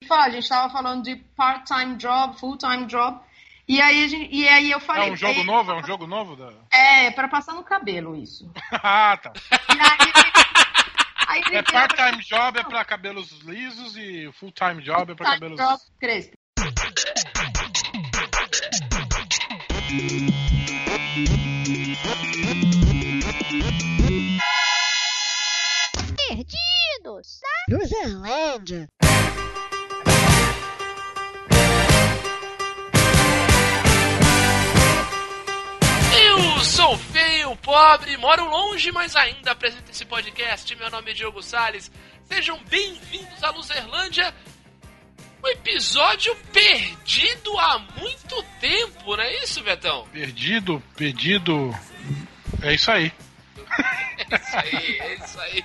falar, a gente tava falando de part-time job, full-time job, e aí eu falei... É um jogo novo? É um jogo novo? Pra passar no cabelo, isso. Ah, tá. Aí part-time job é pra cabelos lisos e full-time job é pra cabelos... Job crespo. Perdidos na Luzerlândia. Eu sou feio, pobre, moro longe, mas ainda apresento esse podcast. Meu nome é Diogo Salles. Sejam bem-vindos à Luzerlândia. Um episódio perdido há muito tempo, não é isso, Betão? Perdido. É isso aí. É isso aí.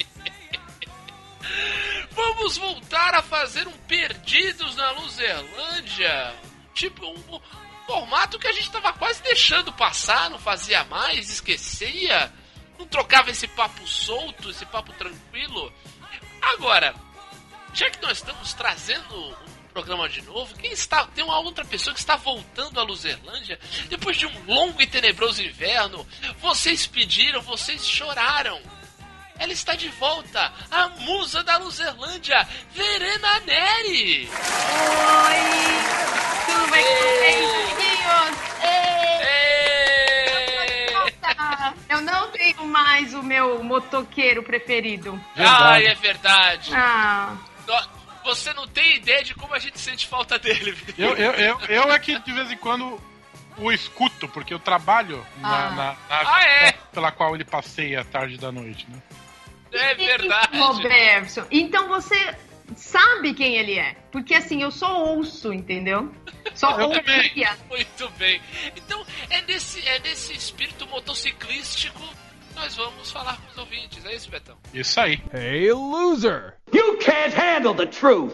Vamos voltar a fazer um Perdidos na Luzerlândia. Tipo, um formato que a gente tava quase deixando passar, não fazia mais, esquecia, não trocava esse papo solto, esse papo tranquilo. Agora, já que nós estamos trazendo um programa de novo, tem uma outra pessoa que está voltando à Luzerlândia depois de um longo e tenebroso inverno. Vocês pediram, vocês choraram. Ela está de volta, a musa da Luzerlândia, Verena Neri. Oi, tudo bem com vocês? Eu não tenho mais o meu motoqueiro preferido. Ai, é verdade. Ah. Você não tem ideia de como a gente sente falta dele. Eu é que de vez em quando o escuto, porque eu trabalho na pela qual ele passeia a tarde da noite, né? É verdade. Roberto, então você sabe quem ele é. Porque assim, eu só ouço, entendeu? Só eu ouço. também. Muito bem. Então, é nesse espírito motociclístico nós vamos falar com os ouvintes. É isso, Betão? Isso aí. Hey, loser! You can't handle the truth!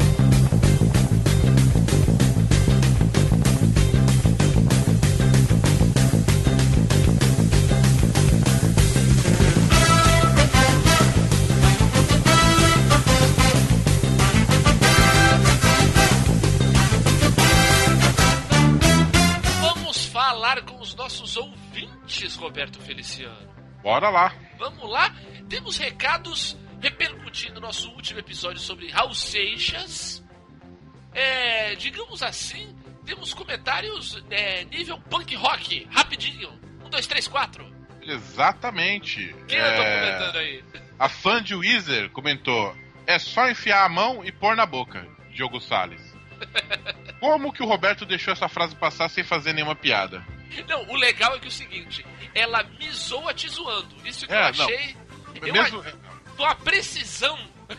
Vamos falar com os nossos ouvintes, Roberto Feliciano. Bora lá. Vamos lá. Temos recados repercutindo nosso último episódio sobre Raul Seixas. Digamos assim, temos comentários nível punk rock. Rapidinho. 1, 2, 3, 4. Exatamente. Quem andou comentando aí? A fã de Weezer comentou: é só enfiar a mão e pôr na boca. Diogo Salles. Como que o Roberto deixou essa frase passar sem fazer nenhuma piada? Não, o legal é que é o seguinte, ela me zoa te zoando. Isso que eu achei. Com a precisão.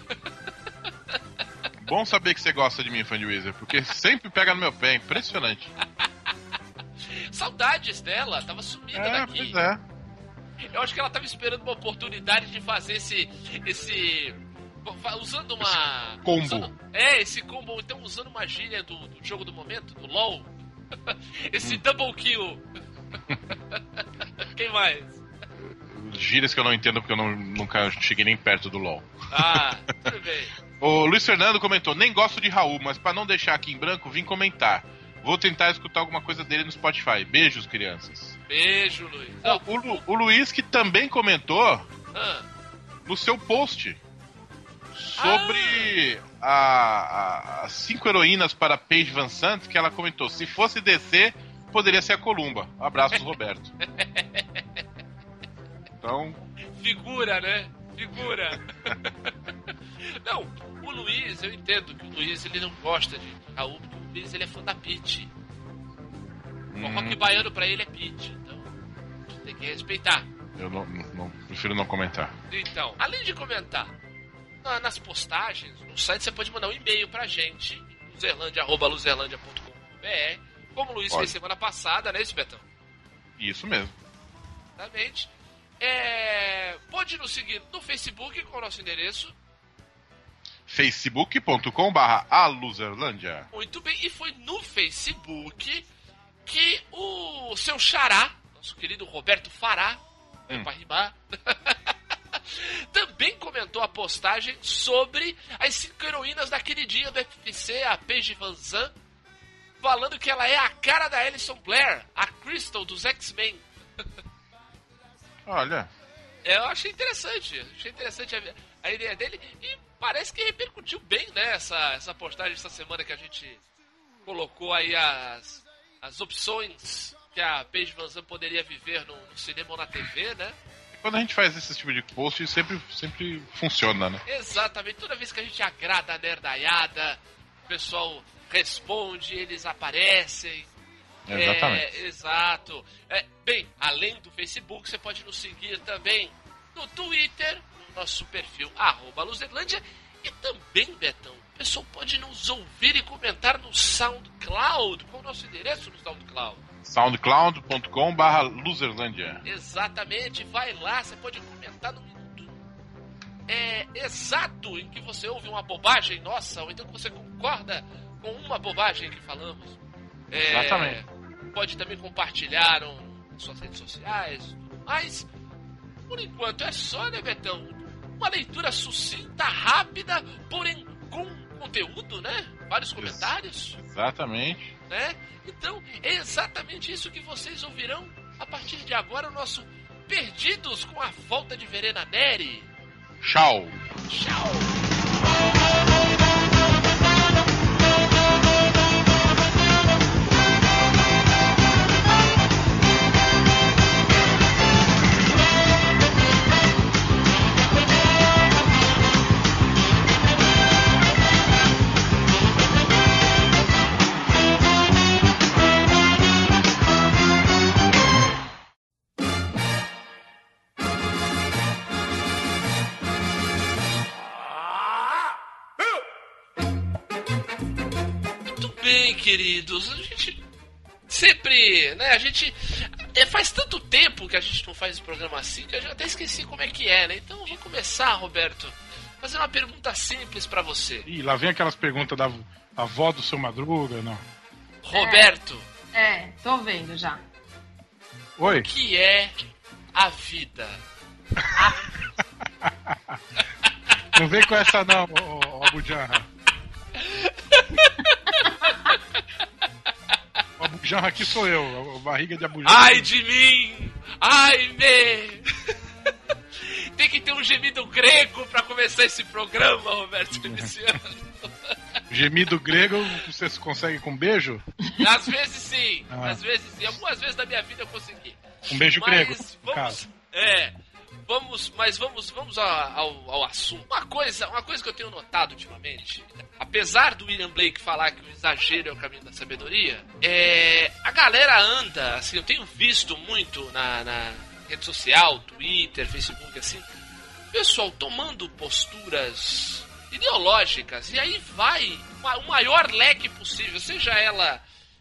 Bom saber que você gosta de mim, fã de Weezer, porque sempre pega no meu pé, impressionante. Saudades dela, tava sumida daqui. Pois é. Eu acho que ela tava esperando uma oportunidade de fazer esse usando uma... combo. Esse combo, então usando uma gíria do jogo do momento, do LoL. Esse double kill. Quem mais? Gírias que eu não entendo porque eu nunca cheguei nem perto do LoL. Ah, tudo bem. O Luiz Fernando comentou: nem gosto de Raul, mas pra não deixar aqui em branco, vim comentar. Vou tentar escutar alguma coisa dele no Spotify. Beijos, crianças. Beijo, Luiz. O Luiz que também comentou no seu post sobre as 5 heroínas para Paige Van Sant, que ela comentou: se fosse DC, poderia ser a Columba. Abraços, Roberto. Então... Figura, né? Figura. Não, o Luiz, eu entendo que o Luiz ele não gosta de Raul, porque o Luiz ele é fã da Pitty. O rock baiano pra ele é Pitty, então tem que respeitar. Eu prefiro não comentar. Então, além de comentar nas postagens, no site você pode mandar um e-mail pra gente, luzerlandia@luzerlandia.com.br, como o Luiz fez semana passada, né, isso, Betão? Isso mesmo. Exatamente. Pode nos seguir no Facebook com o nosso endereço facebook.com/aluzerlandia. Muito bem, e foi no Facebook que o seu xará, nosso querido Roberto Fará, pra rimar, também comentou a postagem sobre as 5 heroínas da queridinha do FFC, a Paige Van Zandt, falando que ela é a cara da Alison Blair, a Crystal dos X-Men. Olha. Eu achei interessante a ideia dele e parece que repercutiu bem, né, essa postagem essa semana que a gente colocou aí as opções que a Paige Van Zandt poderia viver no cinema ou na TV, né? Quando a gente faz esse tipo de post, sempre funciona, né? Exatamente. Toda vez que a gente agrada a nerdaiada, o pessoal responde, eles aparecem. Exatamente. Exato. Bem, além do Facebook, você pode nos seguir também no Twitter, no nosso perfil @Luzerlândia, e também, Betão, o pessoal pode nos ouvir e comentar no SoundCloud. Qual é o nosso endereço no SoundCloud? soundcloud.com/Luzerlândia. Exatamente, vai lá, você pode comentar no minuto exato em que você ouve uma bobagem nossa, ou então que você concorda com uma bobagem que falamos. Exatamente. Pode também compartilhar nas suas redes sociais, mas por enquanto é só, né, Betão? Uma leitura sucinta, rápida, porém com conteúdo, né? Vários comentários. Exatamente. Né? Então, é exatamente isso que vocês ouvirão a partir de agora, o nosso Perdidos com a Volta de Verena Neri. Tchau. Tchau. Queridos, a gente sempre, né, faz tanto tempo que a gente não faz esse programa assim que eu já até esqueci como é que é, né? Então vou começar, Roberto, fazendo uma pergunta simples pra você. Ih, lá vem aquelas perguntas da avó do seu Madruga, não? Roberto. Tô vendo já. Oi? O que é a vida? Não vem com essa não, ó Bujanra. O Abujanra aqui sou eu, a barriga de Abujanra. Ai de mim! Ai, me! Tem que ter um gemido grego pra começar esse programa, Roberto Feliciano. Gemido grego você consegue com beijo? Às vezes sim, às vezes sim. Algumas vezes na minha vida eu consegui. Um beijo grego. Vamos ao assunto. Uma coisa que eu tenho notado ultimamente, apesar do William Blake falar que o exagero é o caminho da sabedoria, a galera anda, assim, eu tenho visto muito na rede social, Twitter, Facebook, assim, pessoal tomando posturas ideológicas, e aí vai o maior leque possível, seja ela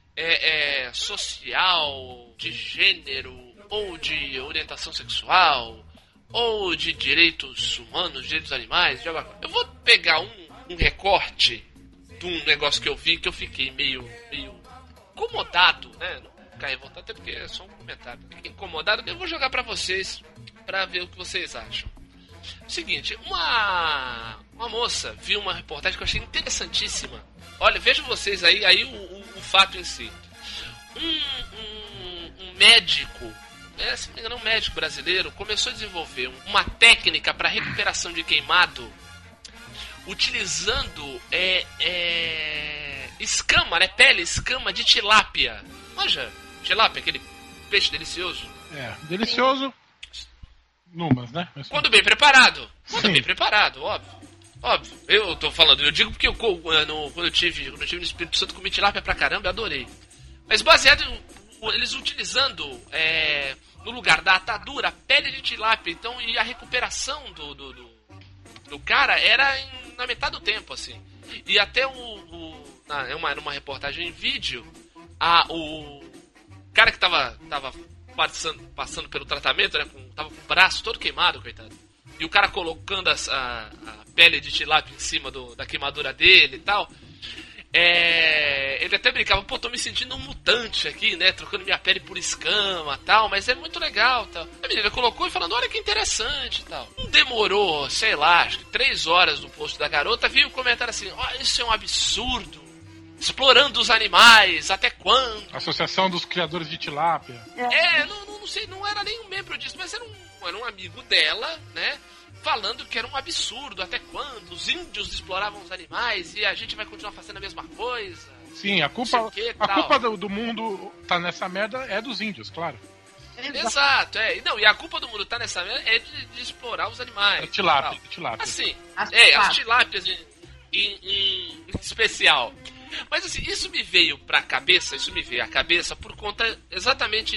social, de gênero, ou de orientação sexual, ou de direitos humanos, direitos animais. Eu vou pegar um recorte de um negócio que eu vi que eu fiquei meio incomodado, né? Não ficar revoltado, até porque é só um comentário. Fiquei incomodado, eu vou jogar pra vocês pra ver o que vocês acham. Seguinte, uma moça viu uma reportagem que eu achei interessantíssima. Olha, vejam vocês aí o fato em si. Um médico, se não me engano, um médico brasileiro começou a desenvolver uma técnica para recuperação de queimado utilizando escama, né? Escama de tilápia. Manja, tilápia, aquele peixe delicioso. Delicioso. Numas, né? Quando bem preparado. Óbvio. Eu tô falando, eu digo porque quando eu tive no Espírito Santo, comi tilápia pra caramba, eu adorei. Mas baseado eles utilizando no lugar da atadura a pele de tilápia, então, e a recuperação do cara era na metade do tempo, assim. E até numa reportagem em vídeo, o cara que tava passando pelo tratamento, né, tava com o braço todo queimado, coitado. E o cara colocando a pele de tilápia em cima da queimadura dele e tal. Ele ele até brincava, pô, tô me sentindo um mutante aqui, né? Trocando minha pele por escama e tal, mas é muito legal tal. A menina colocou e falando, olha que interessante e tal. Não demorou, sei lá, acho que 3 horas no post da garota, vi um comentário assim, ó, isso é um absurdo. Explorando os animais, até quando? Associação dos Criadores de Tilápia. Não sei, não era nem um membro disso, mas era um amigo dela, né? Falando que era um absurdo, até quando? Os índios exploravam os animais e a gente vai continuar fazendo a mesma coisa. Sim, a culpa do mundo tá nessa merda é dos índios, claro. Exato, Não, e a culpa do mundo tá nessa merda é de explorar os animais. Tilápia. Assim, as tilápias em especial. Mas assim, isso me veio à cabeça por conta exatamente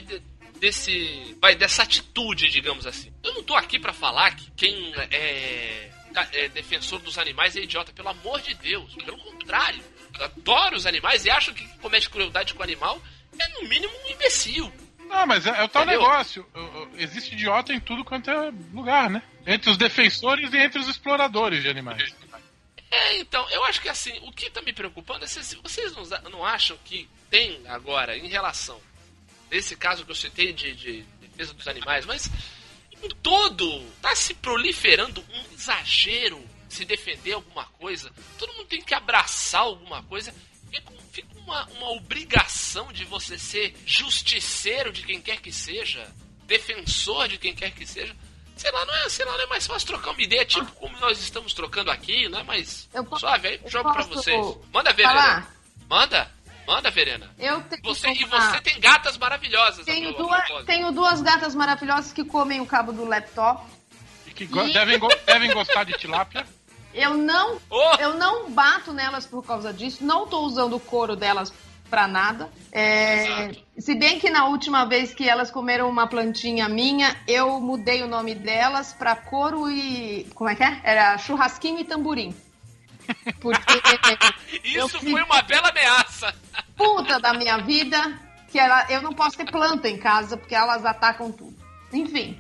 dessa atitude, digamos assim. Eu não tô aqui pra falar que quem é defensor dos animais é idiota, pelo amor de Deus. Pelo contrário, eu adoro os animais e acho que quem comete crueldade com o animal é no mínimo um imbecil. Não, mas é o tal negócio. Existe idiota em tudo quanto é lugar, né? Entre os defensores e entre os exploradores de animais. Então, eu acho que assim, o que tá me preocupando é se vocês não acham que tem agora, em relação nesse caso que eu citei de defesa dos animais, mas em todo tá se proliferando um exagero, se defender alguma coisa, todo mundo tem que abraçar alguma coisa, fica uma obrigação de você ser justiceiro de quem quer que seja, defensor de quem quer que seja. Sei lá, não é mais fácil trocar uma ideia, tipo como nós estamos trocando aqui, não é mais suave, aí jogo pra vocês. Manda ver, Verena. Manda, Verena. Você tem gatas maravilhosas. Tenho 2 gatas maravilhosas que comem o cabo do laptop. E que devem gostar de tilápia. Eu não bato nelas por causa disso, não tô usando o couro delas pra nada. Se bem que na última vez que elas comeram uma plantinha minha, eu mudei o nome delas pra couro e... Como é que é? Era churrasquinho e tamborim. Porque isso foi uma bela ameaça. Puta da minha vida, que eu não posso ter planta em casa, porque elas atacam tudo. Enfim.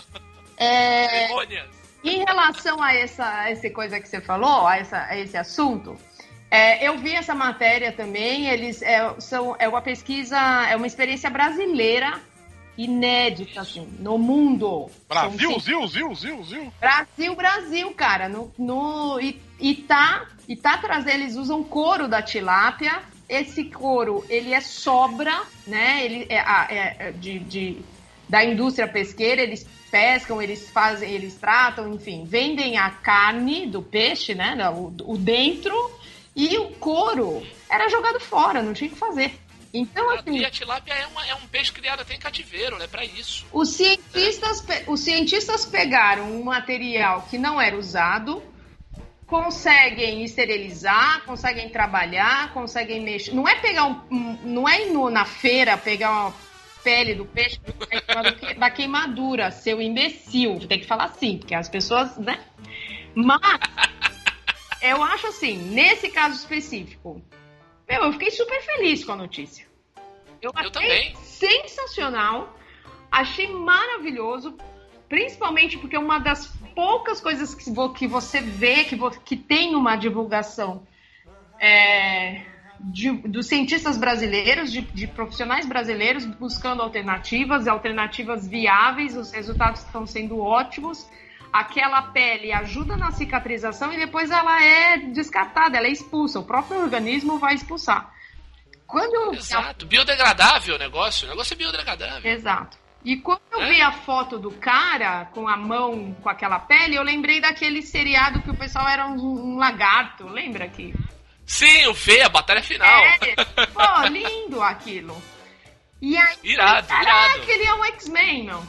Em relação a essa coisa que você falou, a esse assunto... eu vi essa matéria também, é uma pesquisa, é uma experiência brasileira inédita, assim, no mundo. Brasil. Brasil, cara. E tá trazendo, eles usam couro da tilápia. Esse couro, ele é sobra, né? Ele da indústria pesqueira, eles pescam, eles tratam, enfim, vendem a carne do peixe, né? O dentro. E o couro era jogado fora, não tinha o que fazer. Então, assim, e a tilápia é um peixe criado até em cativeiro, né? Pra isso. Os cientistas pegaram um material que não era usado, conseguem esterilizar, conseguem trabalhar, conseguem mexer. Não é não é ir na feira pegar uma pele do peixe da queimadura, seu imbecil. Tem que falar assim, porque as pessoas, né? Mas eu acho assim, nesse caso específico, eu fiquei super feliz com a notícia. Eu achei também. Sensacional, achei maravilhoso, principalmente porque uma das poucas coisas que você vê, que tem uma divulgação dos cientistas brasileiros, de profissionais brasileiros buscando alternativas viáveis, os resultados estão sendo ótimos. Aquela pele ajuda na cicatrização e depois ela é descartada, ela é expulsa. O próprio organismo vai expulsar. Exato. Biodegradável o negócio é biodegradável. Exato. E quando eu vi a foto do cara com a mão, com aquela pele, eu lembrei daquele seriado que o pessoal era um lagarto. Lembra que? Sim, o Fê, a batalha final. Pô, lindo aquilo. E aí, irado. Ele é um X-Men, não?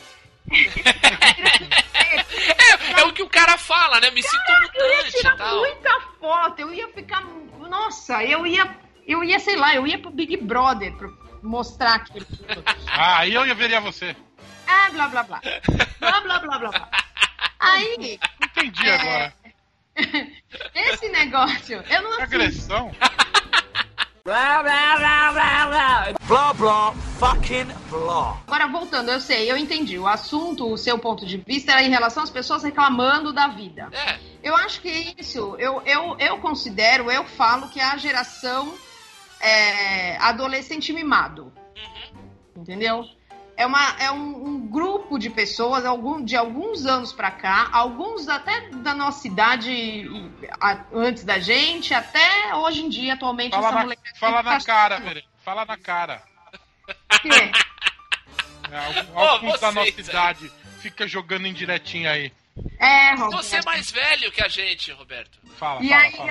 É o que o cara fala, né? Me sinto mutante. Eu ia tirar e tal. muita foto, eu ia ficar... Nossa, eu ia, sei lá, eu ia pro Big Brother pra mostrar aquilo. Aí eu veria você. Blá, blá, blá. Blá, blá, blá, blá, blá. Aí... Entendi agora. Esse negócio, eu não... Agressão. Blá, blá, blá, blá, blá. Blá, blá, fucking blá. Agora, voltando, eu entendi. O assunto, o seu ponto de vista era em relação às pessoas reclamando da vida. Eu acho que isso, eu considero, eu falo que é a geração adolescente mimado. Entendeu? É um grupo de pessoas de alguns anos pra cá, alguns até da nossa idade, antes da gente, até hoje em dia, atualmente. Fala na cara, Verena. Fala na cara. Que? Alguns da nossa idade fica jogando indiretinho aí. Roberto. Você é mais velho que a gente, Roberto. Fala.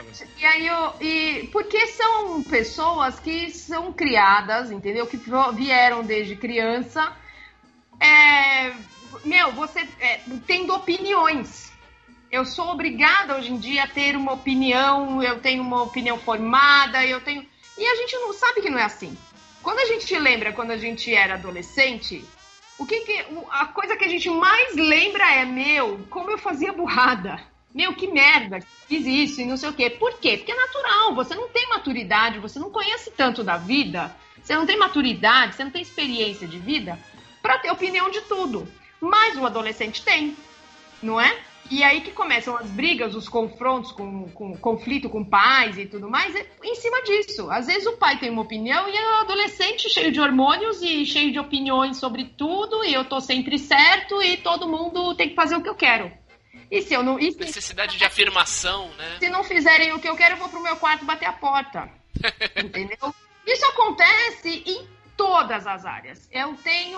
Porque são pessoas que são criadas, entendeu? Que vieram desde criança, você tendo opiniões. Eu sou obrigada hoje em dia a ter uma opinião, eu tenho uma opinião formada, e a gente não sabe que não é assim. Quando a gente lembra, quando a gente era adolescente, a coisa que a gente mais lembra como eu fazia burrada. Que merda, fiz isso e não sei o quê. Por quê? Porque é natural, você não tem maturidade, você não conhece tanto da vida, você não tem maturidade, você não tem experiência de vida pra ter opinião de tudo. Mas o adolescente tem, não é? E aí que começam as brigas, os confrontos, com conflito com pais e tudo mais, em cima disso. Às vezes o pai tem uma opinião e é um adolescente cheio de hormônios e cheio de opiniões sobre tudo, e eu tô sempre certo e todo mundo tem que fazer o que eu quero. E se eu não... necessidade de afirmação, né? Se não fizerem o que eu quero, eu vou pro meu quarto bater a porta. Entendeu? Isso acontece em todas as áreas. É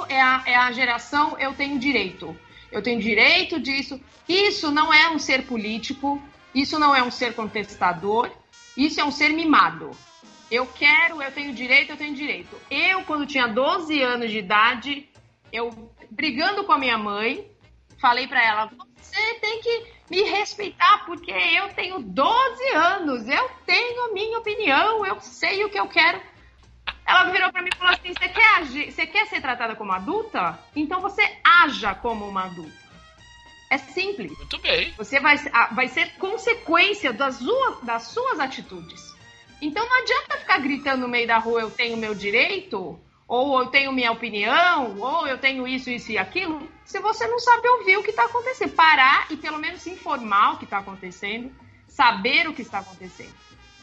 a geração, eu tenho direito. Eu tenho direito disso. Isso não é um ser político, isso não é um ser contestador, isso é um ser mimado. Eu tenho direito, eu tenho direito. Eu, quando tinha 12 anos de idade, brigando com a minha mãe, falei pra ela, você tem que me respeitar, porque eu tenho 12 anos, eu tenho a minha opinião, eu sei o que eu quero. Ela virou pra mim e falou assim, você quer ser tratada como adulta? Então você haja como uma adulta. É simples. Muito bem. Você vai ser consequência das suas atitudes. Então não adianta ficar gritando no meio da rua, eu tenho meu direito, ou eu tenho minha opinião, ou eu tenho isso e aquilo, se você não sabe ouvir o que está acontecendo. Parar e pelo menos se informar o que está acontecendo, saber o que está acontecendo.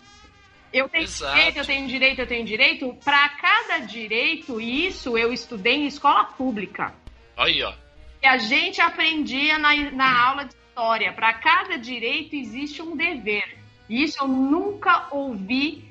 Eu tenho direito, eu tenho direito, eu tenho direito. Para cada direito, isso eu estudei em escola pública. Aí, ó. E a gente aprendia na aula de história. Para cada direito existe um dever. Isso eu nunca ouvi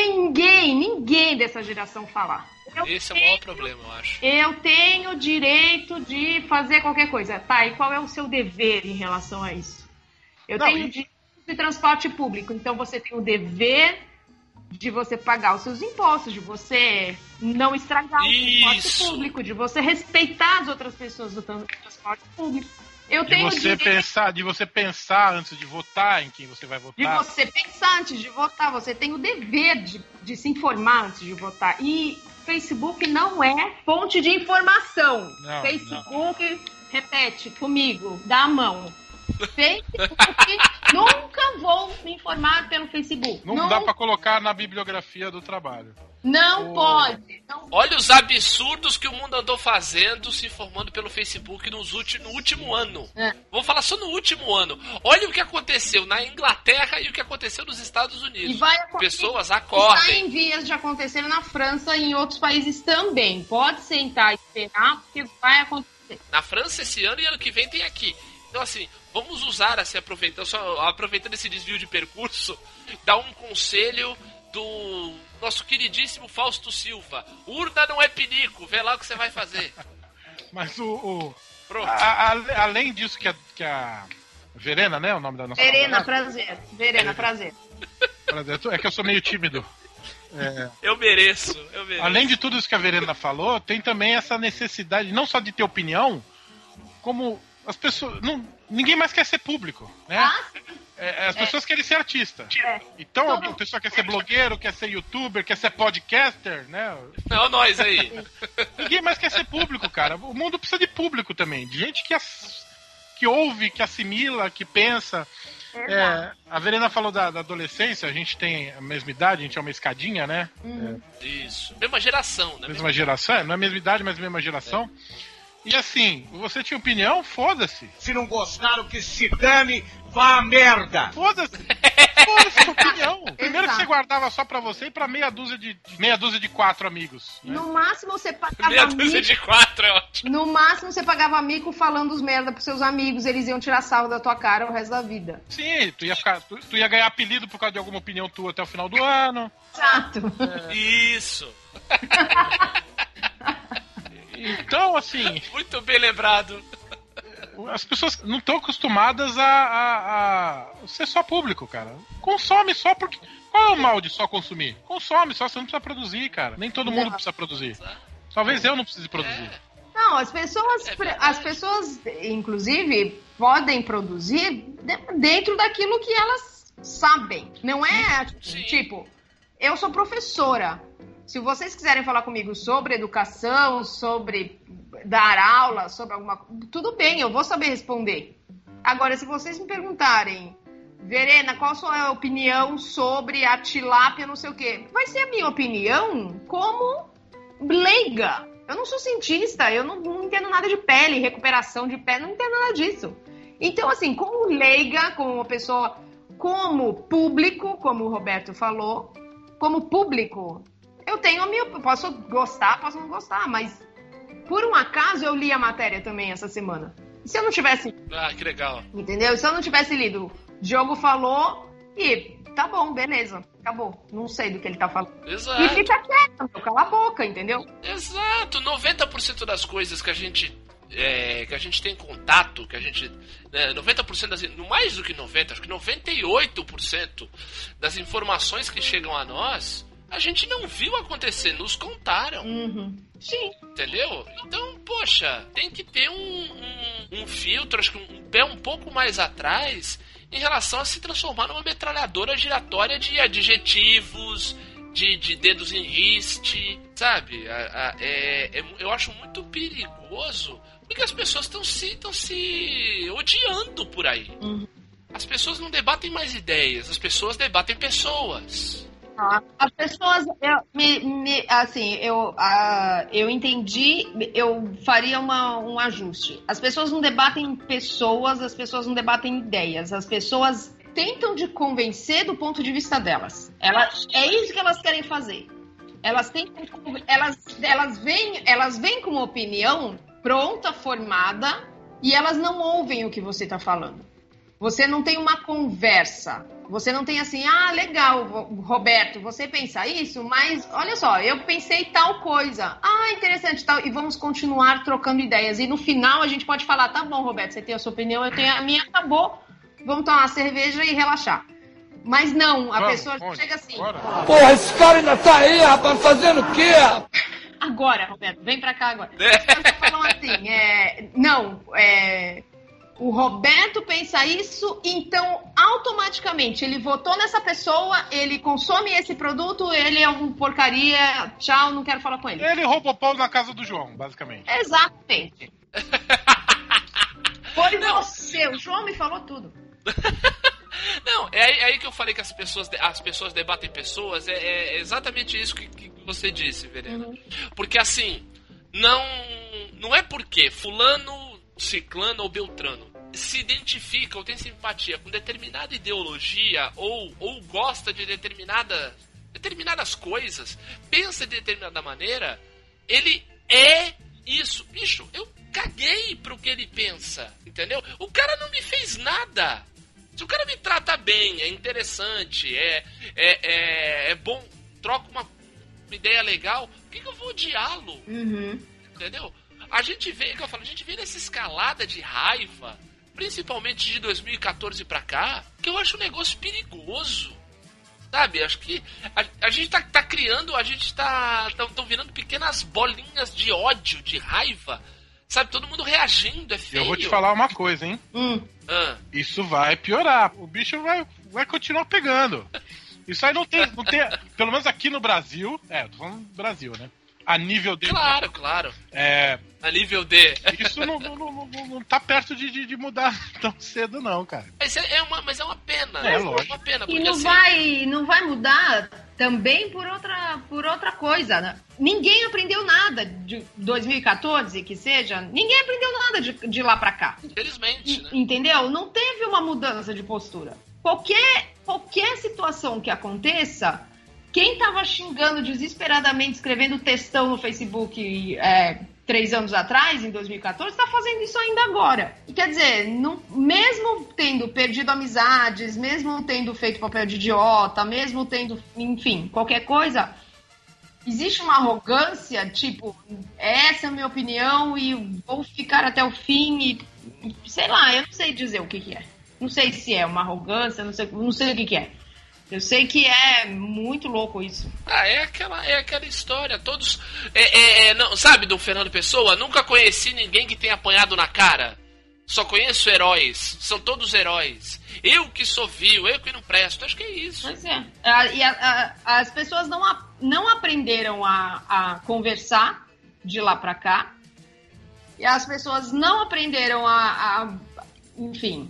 ninguém dessa geração falar. Esse é o maior problema, eu acho. Eu tenho direito de fazer qualquer coisa. Tá, e qual é o seu dever em relação a isso? Eu tenho direito de transporte público. Então você tem o dever de você pagar os seus impostos, de você não estragar o transporte público, de você respeitar as outras pessoas do transporte público. De você pensar antes de votar em quem você vai votar. De você pensar antes de votar. Você tem o dever de se informar antes de votar. E Facebook não é fonte de informação. Não, Facebook, repete comigo, dá a mão. Facebook, nunca vou me informar pelo Facebook. Não dá pra colocar na bibliografia do trabalho. Não pode. Olha os absurdos que o mundo andou fazendo, se informando pelo Facebook no último ano. Vou falar só no último ano. Olha o que aconteceu na Inglaterra e o que aconteceu nos Estados Unidos. Pessoas acordem. Está em vias de acontecer na França e em outros países também. Pode sentar e esperar, porque vai acontecer. Na França esse ano e ano que vem tem aqui. Então, assim, vamos usar, assim, aproveitando esse desvio de percurso, dar um conselho do nosso queridíssimo Fausto Silva. Urna não é pinico, vê lá o que você vai fazer. Mas além disso que a Verena, né, o nome da nossa Verena, prazer. Verena, prazer. É que eu sou meio tímido. Eu mereço. Além de tudo isso que a Verena falou, tem também essa necessidade, não só de ter opinião, como as pessoas... ninguém mais quer ser público, né? As pessoas querem ser artista. Então a pessoa quer ser blogueiro, quer ser youtuber, quer ser podcaster, né? Não, nós aí. Ninguém mais quer ser público, cara. O mundo precisa de público também. De gente que ouve, que assimila, que pensa. A Verena falou da adolescência, a gente tem a mesma idade, a gente é uma escadinha, né? Isso. Mesma geração, né? Mesma geração, não é a mesma idade, mas a mesma geração. E assim, você tinha opinião? Foda-se. Se não gostaram, que se dane, vá a merda. Foda-se. Foda-se a opinião. Primeiro que você guardava só pra você e pra meia dúzia de 4 amigos. Né? No máximo você pagava meia dúzia de 4 é ótimo. No máximo você pagava mico falando os merda pros seus amigos, eles iam tirar sarro da tua cara o resto da vida. Sim, tu ia ganhar apelido por causa de alguma opinião tua até o final do ano. Exato. Isso. Então, assim... Muito bem lembrado. As pessoas não estão acostumadas a ser só público, cara. Consome só porque... Qual é o mal de só consumir? Consome só, você não precisa produzir, cara. Nem todo mundo precisa produzir. Talvez eu não precise produzir. Não, as pessoas, inclusive, podem produzir dentro daquilo que elas sabem. Não é, tipo, eu sou professora. Se vocês quiserem falar comigo sobre educação, sobre dar aula, sobre alguma coisa, tudo bem, eu vou saber responder. Agora, se vocês me perguntarem, Verena, qual a sua opinião sobre a tilápia, não sei o quê, vai ser a minha opinião como leiga. Eu não sou cientista, eu não entendo nada de pele, recuperação de pele, não entendo nada disso. Então, assim, como leiga, como uma pessoa, como público, como o Roberto falou, como público, eu tenho a minha... Posso gostar, posso não gostar, mas por um acaso eu li a matéria também essa semana. E se eu não tivesse... Ah, que legal. Entendeu? Se eu não tivesse lido, Diogo falou e tá bom, beleza, acabou. Não sei do que ele tá falando. Exato. E fica quieto, cala a boca, entendeu? Exato. 90% das coisas que a gente tem contato, que a gente... 90% das... Mais do que 90%, acho que 98% das informações que chegam a nós... A gente não viu acontecer, nos contaram. Uhum. Sim. Entendeu? Então, poxa, tem que ter um filtro, acho que um pé um pouco mais atrás em relação a se transformar numa metralhadora giratória de adjetivos, de dedos em riste, sabe? Eu acho muito perigoso porque as pessoas estão se odiando por aí. Uhum. As pessoas não debatem mais ideias, as pessoas debatem pessoas. As pessoas, eu entendi, eu faria um ajuste. As pessoas não debatem pessoas, as pessoas não debatem ideias, as pessoas tentam de convencer do ponto de vista delas. É isso que elas querem fazer. Elas vêm com uma opinião pronta, formada, e elas não ouvem o que você está falando. Você não tem uma conversa. Você não tem assim, legal, Roberto, você pensa isso, mas olha só, eu pensei tal coisa. Interessante, tal, e vamos continuar trocando ideias. E no final a gente pode falar, tá bom, Roberto, você tem a sua opinião, eu tenho a minha, acabou, vamos tomar uma cerveja e relaxar. Mas não, a pessoa chega assim... Porra, esse cara ainda tá aí, rapaz, fazendo o quê? Agora, Roberto, vem pra cá agora. As pessoas falam assim, o Roberto pensa isso, então automaticamente ele votou nessa pessoa, ele consome esse produto, ele é uma porcaria, tchau, não quero falar com ele. Ele roubou pão na casa do João, basicamente. Exatamente. Foi você, o João me falou tudo. Não, é aí que eu falei que as pessoas debatem pessoas, é exatamente isso que você disse, Verena. Uhum. Porque assim, não é porque fulano, ciclano ou beltrano se identifica ou tem simpatia com determinada ideologia ou gosta de determinadas coisas, pensa de determinada maneira, ele é isso. Bicho, eu caguei pro que ele pensa, entendeu? O cara não me fez nada. Se o cara me trata bem, é interessante, é bom, troca uma ideia legal, por que eu vou odiá-lo? Uhum. Entendeu? A gente vê nessa escalada de raiva, principalmente de 2014 pra cá, que eu acho um negócio perigoso. Sabe? Acho que a gente tá criando, estão virando pequenas bolinhas de ódio, de raiva. Sabe? Todo mundo reagindo, é feio. Eu vou te falar uma coisa, hein? Isso vai piorar. O bicho vai continuar pegando. Isso aí não tem. Pelo menos aqui no Brasil. Tô falando do Brasil, né? A nível D. Claro. A nível D. Isso não tá perto de mudar tão cedo, não, cara. Mas é uma pena. Lógico. É uma pena. E porque, não vai mudar também por outra coisa, né? Ninguém aprendeu nada de 2014, que seja. Ninguém aprendeu nada de lá pra cá. Infelizmente, né? Entendeu? Não teve uma mudança de postura. Qualquer qualquer situação que aconteça, quem tava xingando desesperadamente, escrevendo textão no Facebook 3 anos atrás, em 2014, tá fazendo isso ainda agora. E quer dizer, mesmo tendo perdido amizades, mesmo tendo feito papel de idiota, mesmo tendo, enfim, qualquer coisa, existe uma arrogância, tipo, essa é a minha opinião e vou ficar até o fim e sei lá, eu não sei dizer o que é. Não sei se é uma arrogância, não sei o que é. Eu sei que é muito louco isso. É aquela história. Todos. Não, sabe, do Fernando Pessoa? Nunca conheci ninguém que tenha apanhado na cara. Só conheço heróis. São todos heróis. Eu que sou vil, eu que não presto. Acho que é isso. Pois é. As pessoas não aprenderam a conversar de lá pra cá. E as pessoas não aprenderam enfim,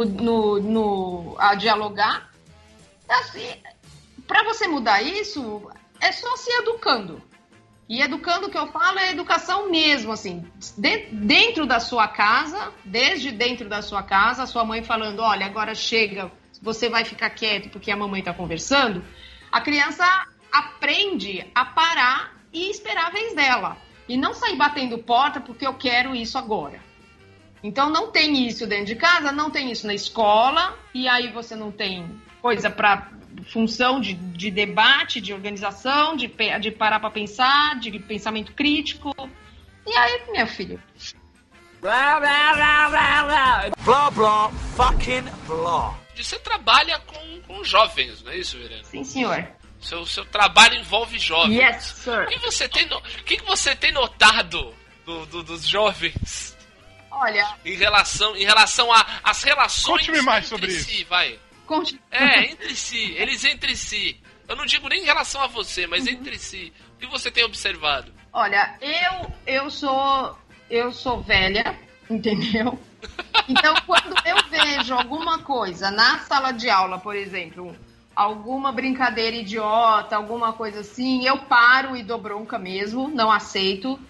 a dialogar. Assim, para você mudar isso, é só se educando. E educando, que eu falo, é educação mesmo, assim, dentro da sua casa, desde dentro da sua casa, a sua mãe falando, olha, agora chega, você vai ficar quieto porque a mamãe tá conversando. A criança aprende a parar e esperar a vez dela. E não sair batendo porta porque eu quero isso agora. Então não tem isso dentro de casa, não tem isso na escola, e aí você não tem coisa para função de debate, de organização, de parar para pensar, de pensamento crítico. E aí, meu filho? Blá, blá, blá, blá, blá. Blá, blá, fucking blá. Você trabalha com jovens, não é isso, Verena? Sim, senhor. Seu trabalho envolve jovens. Yes, sir. O que você tem notado dos jovens? Olha... Em relação às relações... Conte-me mais sobre isso. Si, vai. Entre si. Eles entre si. Eu não digo nem em relação a você, mas entre si. O que você tem observado? Olha, eu sou velha, entendeu? Então, quando eu vejo alguma coisa na sala de aula, por exemplo, alguma brincadeira idiota, alguma coisa assim, eu paro e dou bronca mesmo, não aceito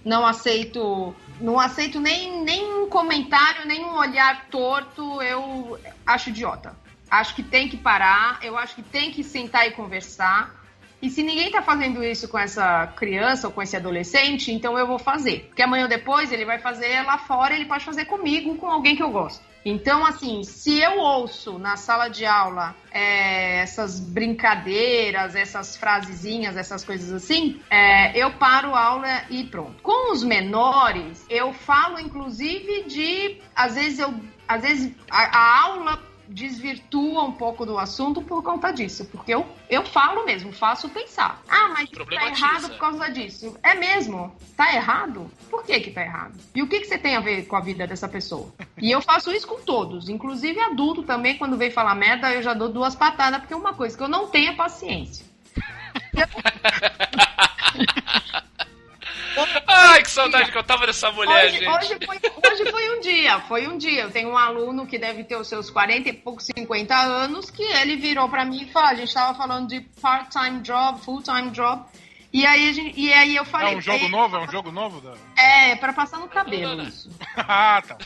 nem um comentário, nem um olhar torto, eu acho idiota. Acho que tem que parar, eu acho que tem que sentar e conversar. E se ninguém tá fazendo isso com essa criança ou com esse adolescente, então eu vou fazer. Porque amanhã ou depois ele vai fazer lá fora, ele pode fazer comigo, com alguém que eu gosto. Então, assim, se eu ouço na sala de aula essas brincadeiras, essas frasezinhas, essas coisas assim, eu paro a aula e pronto. Com os menores, eu falo, inclusive, às vezes a aula desvirtua um pouco do assunto por conta disso, porque eu falo mesmo, faço pensar. Ah, mas tá errado por causa disso. É mesmo? Tá errado? Por que tá errado? E o que você tem a ver com a vida dessa pessoa? E eu faço isso com todos, inclusive adulto também, quando vem falar merda, eu já dou 2 patadas, porque uma coisa que eu não tenho é paciência. Ai, que saudade que eu tava dessa mulher, gente. Hoje foi um dia. Eu tenho um aluno que deve ter os seus 40 e poucos, 50 anos, que ele virou pra mim e falou, a gente tava falando de part-time job, full-time job, e aí eu falei... É um jogo novo? É um jogo novo? Pra passar no cabelo, isso. Ah, tá.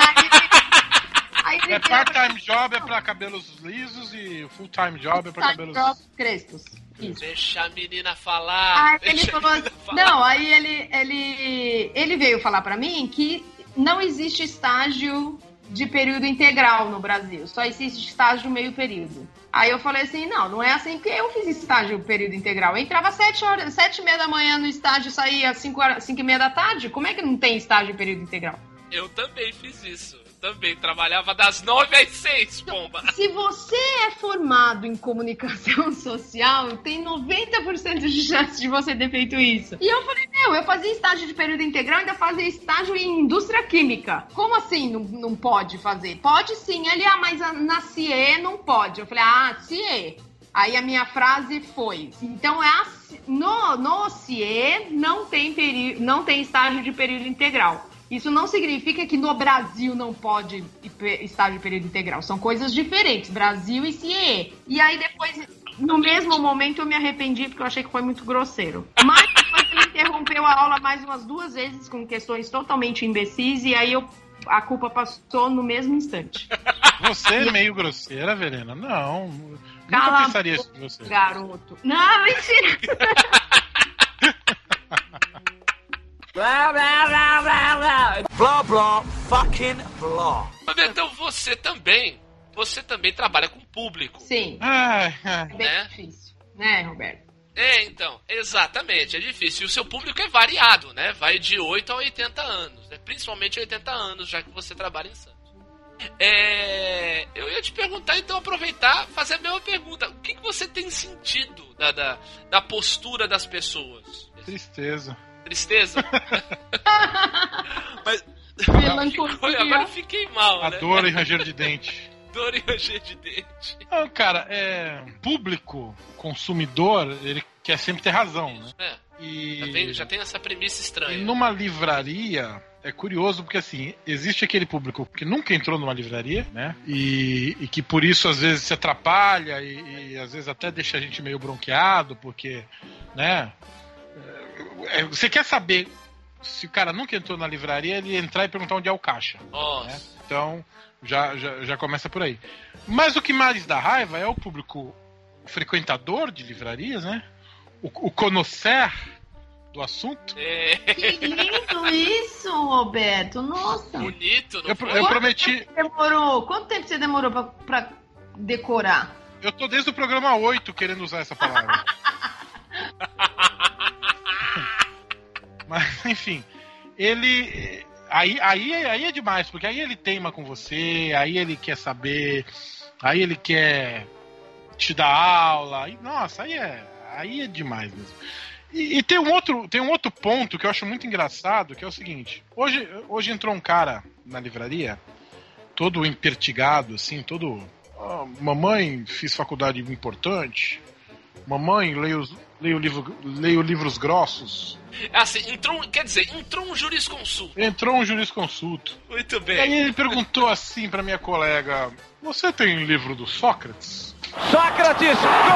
Aí part-time job é pra cabelos lisos e full-time job é pra cabelos... crespos. Isso. Deixa a menina falar. Aí ele falou assim, não, aí ele veio falar pra mim que não existe estágio de período integral no Brasil, só existe estágio meio período. Aí eu falei assim, não é assim, porque eu fiz estágio período integral. Eu entrava às 7h30 da manhã no estágio, saía às 5h30 da tarde. Como é que não tem estágio período integral? Eu também fiz isso. Também trabalhava das 9 às 6, pomba. Se você é formado em comunicação social, tem 90% de chance de você ter feito isso. E eu falei, eu fazia estágio de período integral, ainda fazia estágio em indústria química. Como assim não pode fazer? Pode sim. Ele, mas na CIE não pode. Eu falei, CIE. Aí a minha frase foi, então no CIE não tem estágio de período integral. Isso não significa que no Brasil não pode estágio de período integral. São coisas diferentes, Brasil e CIE. E aí depois, no mesmo momento, eu me arrependi porque eu achei que foi muito grosseiro. Mas depois ele interrompeu a aula mais umas 2 vezes com questões totalmente imbecis e aí a culpa passou no mesmo instante. Você é meio grosseira, Verena? Não. Nunca pensaria isso de você. Garoto. Não, mentira. Blá, blá, blá, blá, blá. Blá, blá, fucking blá. Então você também trabalha com público. Sim. É bem difícil, né, Roberto? Então, exatamente, é difícil. E o seu público é variado, né? Vai de 8 a 80 anos, né? Principalmente 80 anos, já que você trabalha em Santos. Eu ia te perguntar, então, aproveitar, fazer a mesma pergunta. O que você tem sentido da postura das pessoas? Tristeza. Tristeza? Mas agora eu fiquei mal, a né? dor e ranger de dente. Dor e ranger de dente. Não, cara, público, consumidor, ele quer sempre ter razão, né? Já tem essa premissa estranha. E numa livraria, é curioso porque, assim, existe aquele público que nunca entrou numa livraria, né? E que por isso, às vezes, se atrapalha e às vezes até deixa a gente meio bronqueado, porque, né? Você quer saber se o cara nunca entrou na livraria, ele entrar e perguntar onde é o caixa. Nossa. Né? Então, já começa por aí. Mas o que mais dá raiva é o público frequentador de livrarias, né? O conhecer do assunto. Que lindo isso, Roberto. Nossa. Bonito, não eu prometi. Quanto tempo você demorou pra decorar? Eu tô desde o programa 8 querendo usar essa palavra. Mas, enfim, ele... Aí é demais, porque aí ele teima com você, aí ele quer saber, aí ele quer te dar aula, e, nossa, aí é demais mesmo. E tem um outro ponto que eu acho muito engraçado, que é o seguinte, hoje entrou um cara na livraria, todo empertigado, assim, todo... mamãe, fiz faculdade importante, mamãe, leio livros grossos. Assim, entrou um jurisconsulto. Entrou um jurisconsulto. Muito bem. E aí ele perguntou assim pra minha colega: você tem livro do Sócrates? Sócrates!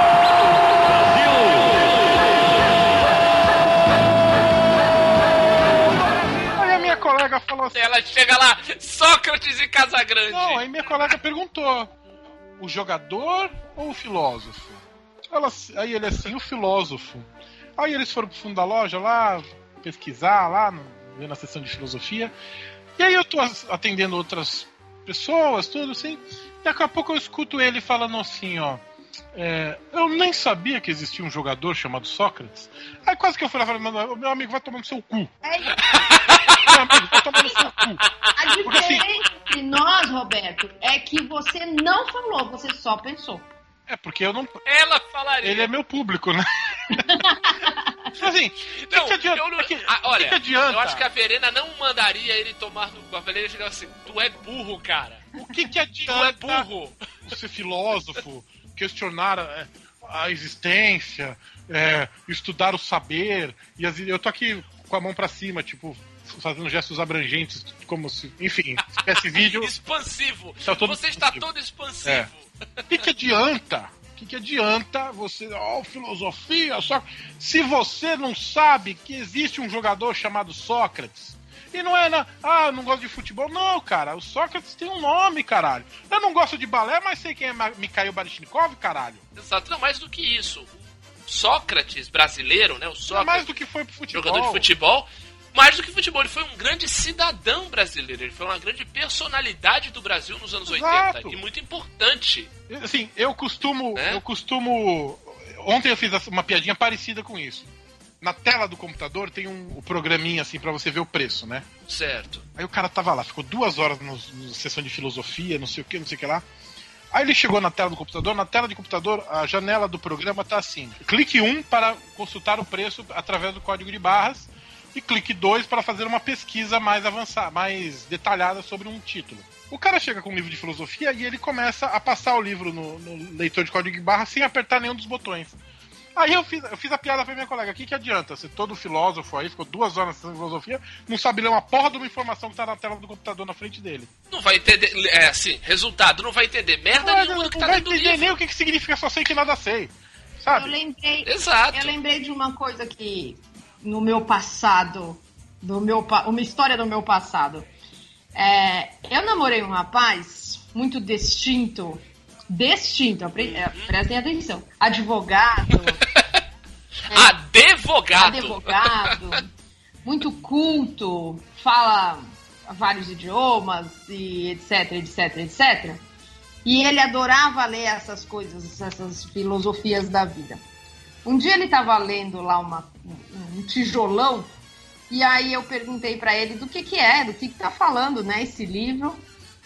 Aí a minha colega falou assim... Ela chega lá, Sócrates e Casagrande. Não, aí minha colega perguntou: o jogador ou o filósofo? Aí ele assim, o filósofo. Aí eles foram pro fundo da loja lá, pesquisar lá, ver na sessão de filosofia. E aí eu tô atendendo outras pessoas, tudo assim. Daqui a pouco eu escuto ele falando assim, ó. Eu nem sabia que existia um jogador chamado Sócrates. Aí quase que eu fui lá e falei, meu amigo vai tomar no seu cu. Meu amigo vai tomar no seu cu. A diferença entre nós, Roberto, é que você não falou, você só pensou. Porque eu não... Ela falaria. Ele é meu público, né? Assim, não, que adianta? Olha, que adianta? Eu acho que a Verena não mandaria ele tomar no cu. A Verena chegava assim, tu é burro, cara. O que adianta? Tu é burro. Ser filósofo, questionar a existência, estudar o saber. E eu tô aqui com a mão pra cima, tipo, fazendo gestos abrangentes, como se... Enfim, esse vídeo... Expansivo. Você está todo expansivo. O que adianta? O que adianta você... filosofia, só... Se você não sabe que existe um jogador chamado Sócrates, e não é eu não gosto de futebol. Não, cara, o Sócrates tem um nome, caralho. Eu não gosto de balé, mas sei quem é Mikhail Baryshnikov, caralho. Exato, não, mais do que isso. Sócrates brasileiro, né? O Sócrates, mais do que foi pro futebol. Jogador de futebol. Mais do que futebol, ele foi um grande cidadão brasileiro. Ele foi uma grande personalidade do Brasil nos anos Exato. 80. E muito importante. Assim, eu costumo... Ontem eu fiz uma piadinha parecida com isso. Na tela do computador tem um programinha assim pra você ver o preço, né? Certo. Aí o cara tava lá, ficou 2 horas na sessão de filosofia, não sei o que lá. Aí ele chegou na tela do computador, a janela do programa tá assim. Clique 1 para consultar o preço através do código de barras. E clique 2 para fazer uma pesquisa mais avançada, mais detalhada sobre um título. O cara chega com um livro de filosofia e ele começa a passar o livro no leitor de código de barra sem apertar nenhum dos botões. Aí eu fiz a piada pra minha colega, o que adianta? Você todo filósofo aí, ficou 2 horas na filosofia, não sabe ler uma porra de uma informação que tá na tela do computador na frente dele. Não vai entender, resultado, não vai entender merda nenhuma do que tá dentro do livro. Não vai entender nem o que significa só sei que nada sei, sabe? Eu lembrei de uma coisa que... No meu passado, uma história do meu passado. Eu namorei um rapaz muito distinto Distinto, prestem atenção. Advogado. Advogado. Muito culto, fala vários idiomas e etc. E ele adorava ler essas coisas, essas filosofias da vida. Um dia ele estava lendo lá um tijolão, e aí eu perguntei para ele do que tá falando, né, esse livro.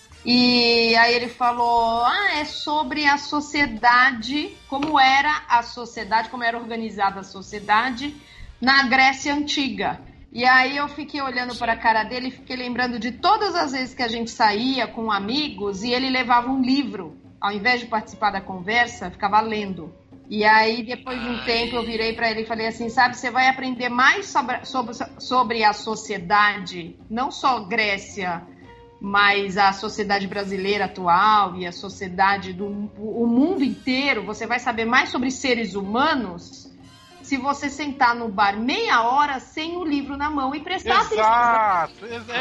E aí ele falou, é sobre a sociedade, como era organizada a sociedade na Grécia Antiga. E aí eu fiquei olhando para a cara dele e fiquei lembrando de todas as vezes que a gente saía com amigos e ele levava um livro. Ao invés de participar da conversa, ficava lendo. E aí, depois de um tempo, eu virei para ele e falei assim, sabe, você vai aprender mais sobre a sociedade, não só Grécia, mas a sociedade brasileira atual e a sociedade o mundo inteiro. Você vai saber mais sobre seres humanos se você sentar no bar meia hora sem o livro na mão e prestar atenção. Exato, é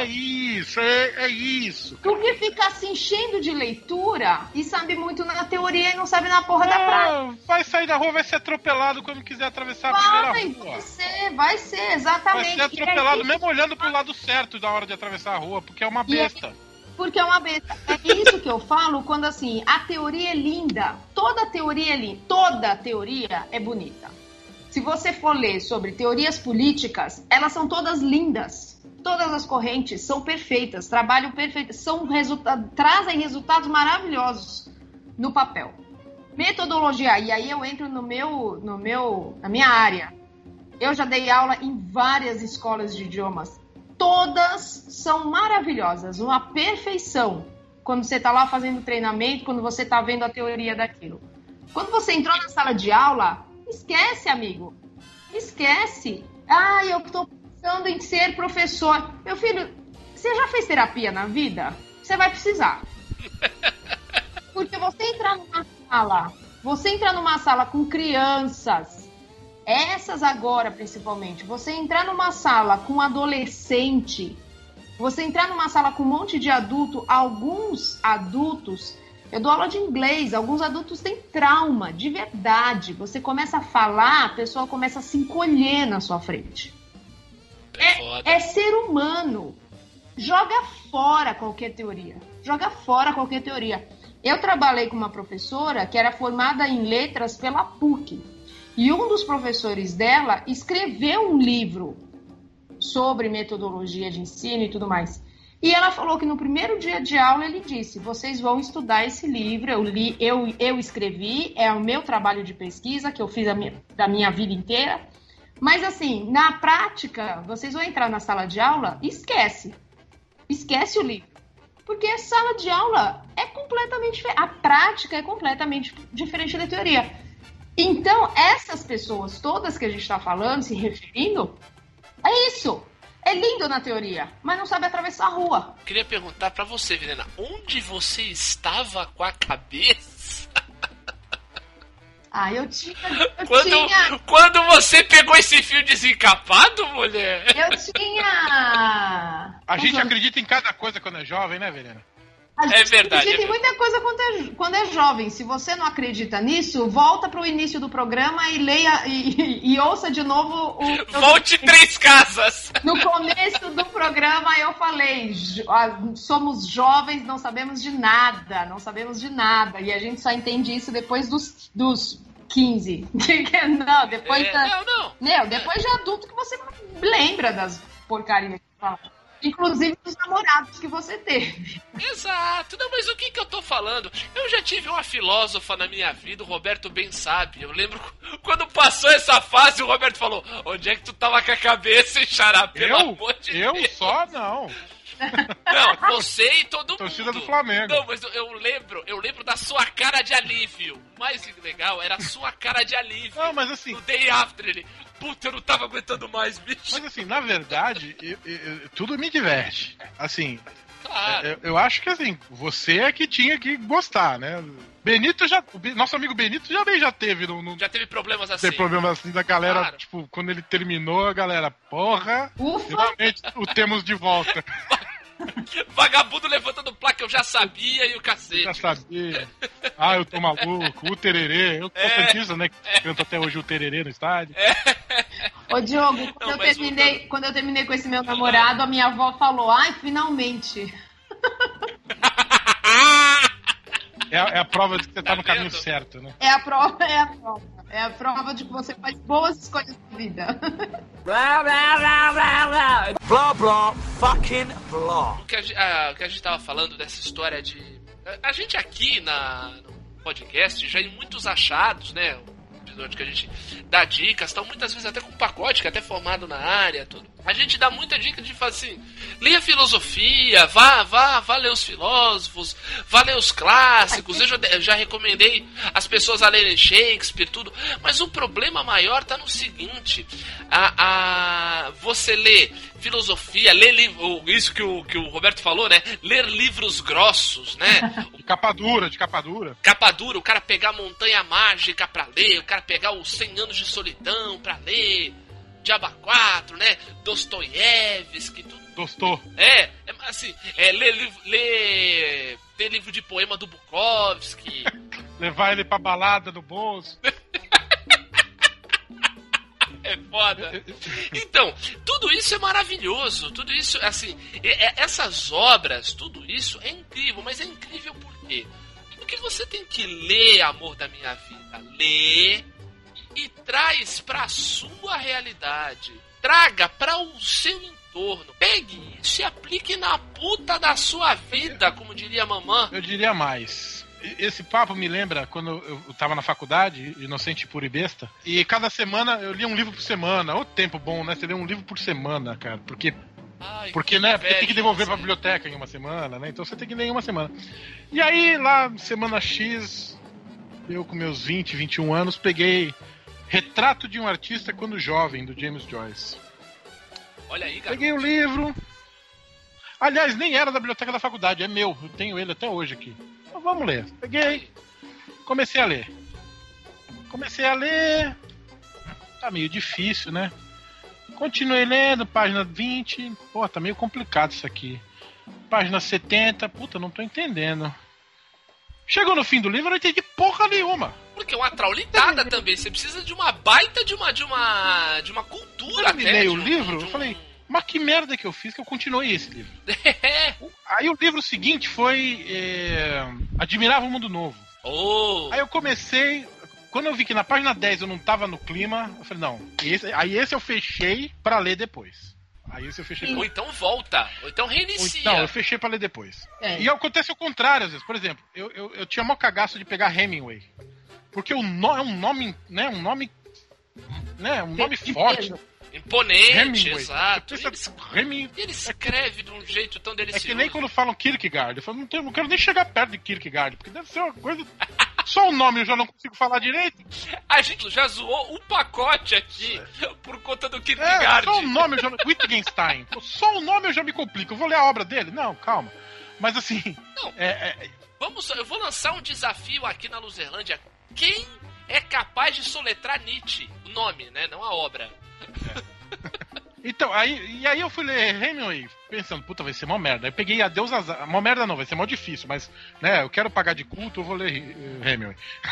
isso. Porque ficar se enchendo de leitura e sabe muito na teoria e não sabe na porra da prática. Vai sair da rua, vai ser atropelado quando quiser atravessar a primeira rua. Vai ser, exatamente. Vai ser atropelado mesmo olhando pro lado certo da hora de atravessar a rua, porque é uma besta. Porque é uma besta. É isso que eu falo quando, assim, a teoria é linda. Toda teoria é linda. Toda teoria é bonita. Se você for ler sobre teorias políticas, elas são todas lindas. Todas as correntes são perfeitas, trabalham perfeito, trazem resultados maravilhosos no papel. Metodologia, e aí eu entro na minha área. Eu já dei aula em várias escolas de idiomas. Todas são maravilhosas, uma perfeição. Quando você está lá fazendo treinamento, quando você está vendo a teoria daquilo. Quando você entrou na sala de aula, esquece, amigo. Esquece. Eu estou pensando em ser professor. Meu filho, você já fez terapia na vida? Você vai precisar. Porque você entrar numa sala com crianças, essas agora principalmente, você entrar numa sala com adolescente, você entrar numa sala com um monte de adulto, alguns adultos, eu dou aula de inglês, alguns adultos têm trauma, de verdade. Você começa a falar, a pessoa começa a se encolher na sua frente. É ser humano. Joga fora qualquer teoria. Eu trabalhei com uma professora que era formada em letras pela PUC. E um dos professores dela escreveu um livro sobre metodologia de ensino e tudo mais. E ela falou que no primeiro dia de aula ele disse, vocês vão estudar esse livro, eu escrevi, é o meu trabalho de pesquisa que eu fiz da minha vida inteira. Mas assim, na prática, vocês vão entrar na sala de aula, esquece o livro. Porque a sala de aula é completamente diferente, a prática é completamente diferente da teoria. Então, essas pessoas todas que a gente está falando, se referindo, é isso. É lindo na teoria, mas não sabe atravessar a rua. Queria perguntar pra você, Verena, onde você estava com a cabeça? Eu tinha... Quando você pegou esse fio desencapado, mulher? Eu tinha... A gente acredita em cada coisa quando é jovem, né, Verena? É verdade. Acredita em muita coisa quando é jovem. Se você não acredita nisso, volta pro início do programa e leia e ouça de novo Volte 3 casas! No começo do programa eu falei, somos jovens, não sabemos de nada. E a gente só entende isso depois dos 15. Não, depois depois de adulto que você lembra das porcarias que fala. Inclusive dos namorados que você teve. Exato. Não, mas o que eu tô falando? Eu já tive uma filósofa na minha vida, o Roberto bem sabe. Eu lembro quando passou essa fase, o Roberto falou, onde é que tu tava com a cabeça, Xará? Pelo amor de Deus. Eu só não. Não, você e todo mundo. Torcida do Flamengo. Não, mas eu lembro da sua cara de alívio. O mais legal era a sua cara de alívio. Não, mas assim... No day after, ele... Puta, eu não tava aguentando mais, bicho. Mas assim, na verdade, tudo me diverte. Assim, claro. Eu acho que assim, você é que tinha que gostar, né? Nosso amigo Benito já teve já teve problemas assim. Teve problemas assim da galera, claro. Tipo, quando ele terminou, a galera, porra, Ufa. finalmente o temos de volta. Vagabundo levantando placa, eu já sabia e o cacete. Eu já sabia. Eu tô maluco. O tererê. Eu sou santista, né? Que canto até hoje o tererê no estádio. Ô, Diogo, quando eu terminei com esse meu namorado, a minha avó falou, ai, finalmente. É a prova de que você tá no caminho certo, né? É a prova. É a prova de que você faz boas escolhas na vida. Blá, blá, blá, blá, blá. Blá, blá, fucking blá. O que a gente tava falando dessa história de... A gente aqui no podcast já tem muitos achados, né? Onde que a gente dá dicas, tal, muitas vezes até com um pacote que é até formado na área, tudo. A gente dá muita dica de falar assim, leia filosofia, vá ler os filósofos, vá ler os clássicos. Eu já recomendei as pessoas a lerem Shakespeare, tudo. Mas o problema maior tá no seguinte, você lê filosofia, lê livro, isso que o Roberto falou, né? Ler livros grossos, né? De capa dura. Capa dura, o cara pegar Montanha Mágica pra ler, o cara pegar os 100 Anos de Solidão pra ler, Diaba 4, né? Dostoiévski, tudo. Dostou. Ter livro de poema do Bukowski. Levar ele pra balada no bolso. É foda. Então, tudo isso é maravilhoso. Tudo isso, assim, essas obras, tudo isso é incrível. Mas é incrível por quê? Porque você tem que ler Amor da Minha Vida. Lê e traz pra sua realidade. Traga pra o seu entorno. Pegue isso e aplique na puta da sua vida, como diria a mamã. Eu diria mais. Esse papo me lembra quando eu tava na faculdade, inocente, puro e besta, e cada semana eu lia um livro por semana. Ô tempo bom, né? Você lê um livro por semana, cara, porque né, porque tem que devolver pra biblioteca em uma semana, né? Então você tem que ler em uma semana. E aí, lá, semana X, eu com meus 20, 21 anos, peguei Retrato de um Artista Quando Jovem, do James Joyce. Olha aí, garoto. Peguei o livro. Aliás, nem era da biblioteca da faculdade, é meu. Eu tenho ele até hoje aqui. Então vamos ler. Peguei. Comecei a ler. Tá meio difícil, né? Continuei lendo, página 20. Pô, tá meio complicado isso aqui. Página 70. Puta, não tô entendendo. Chegou no fim do livro, eu não entendi porra nenhuma. Porque é uma traulitada também. Você precisa de uma baita de uma cultura. Eu terminei o livro, eu falei, mas que merda que eu fiz que eu continuei esse livro. Aí o livro seguinte foi Admirável Mundo Novo. Aí eu comecei, quando eu vi que na página 10 eu não tava no clima, eu falei, não, esse eu fechei pra ler depois. Ou então volta, ou então reinicia. Não, eu fechei pra ler depois. E acontece o contrário às vezes. Por exemplo, eu tinha mó cagaço de pegar Hemingway. Porque é um nome, né? Um nome forte. Imponente, Hemingway. Exato. Ele escreve de um jeito tão delicioso. É que nem quando falam Kierkegaard. Eu falo, não quero nem chegar perto de Kierkegaard, porque deve ser uma coisa... Só o nome eu já não consigo falar direito. A gente já zoou um pacote aqui por conta do Kierkegaard. Só o nome eu já... Wittgenstein. Só o nome eu já me complico. Eu vou ler a obra dele? Não, calma. Mas assim... Não. Eu vou lançar um desafio aqui na Luzerlândia. Quem é capaz de soletrar Nietzsche? O nome, né? Não a obra. Então, aí eu fui ler Hemingway, pensando, puta, vai ser mó merda. Aí peguei Adeus às Armas. Mó merda não, vai ser mó difícil, mas, né, eu quero pagar de culto, eu vou ler Hemingway.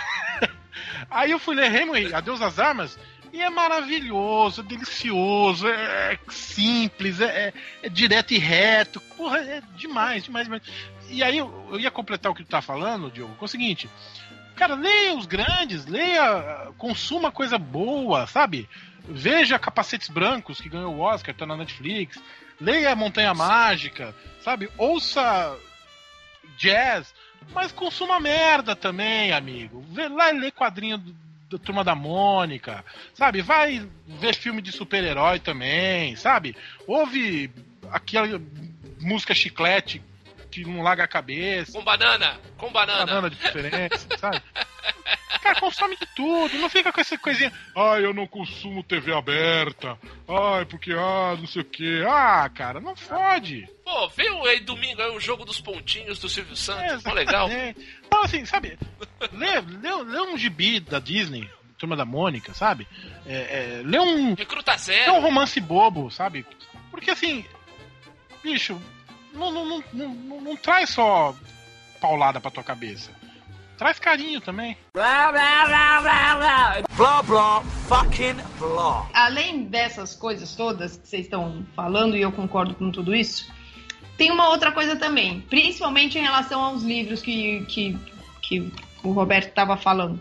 Aí eu fui ler Hemingway, Adeus às Armas, e é maravilhoso, é delicioso, é simples, é direto e reto. Porra, é demais. E aí eu ia completar o que tu tá falando, Diogo, com o seguinte... Cara, leia os grandes, consuma coisa boa, sabe? Veja Capacetes Brancos, que ganhou o Oscar, tá na Netflix. Leia Montanha Mágica, sabe? Ouça jazz, mas consuma merda também, amigo. Vê lá e lê quadrinho da Turma da Mônica, sabe? Vai ver filme de super-herói também, sabe? Ouve aquela música chiclete que não larga a cabeça. Com banana. Banana de diferença, sabe? Cara, consome de tudo. Não fica com essa coisinha. Eu não consumo TV aberta. Porque, não sei o quê. Cara, não fode. Pô, veio aí domingo aí o Jogo dos Pontinhos do Silvio Santos. Pô, legal. Então, assim, sabe? Lê um gibi da Disney, Turma da Mônica, sabe? Lê um... Recruta Zero. Lê um romance bobo, sabe? Porque, assim... Bicho... não traz só paulada pra tua cabeça. Traz carinho também. Blá, blá, blá, blá, blá. Blá, blá, fucking blá. Além dessas coisas todas que vocês estão falando, e eu concordo com tudo isso, tem uma outra coisa também, principalmente em relação aos livros que o Roberto estava falando.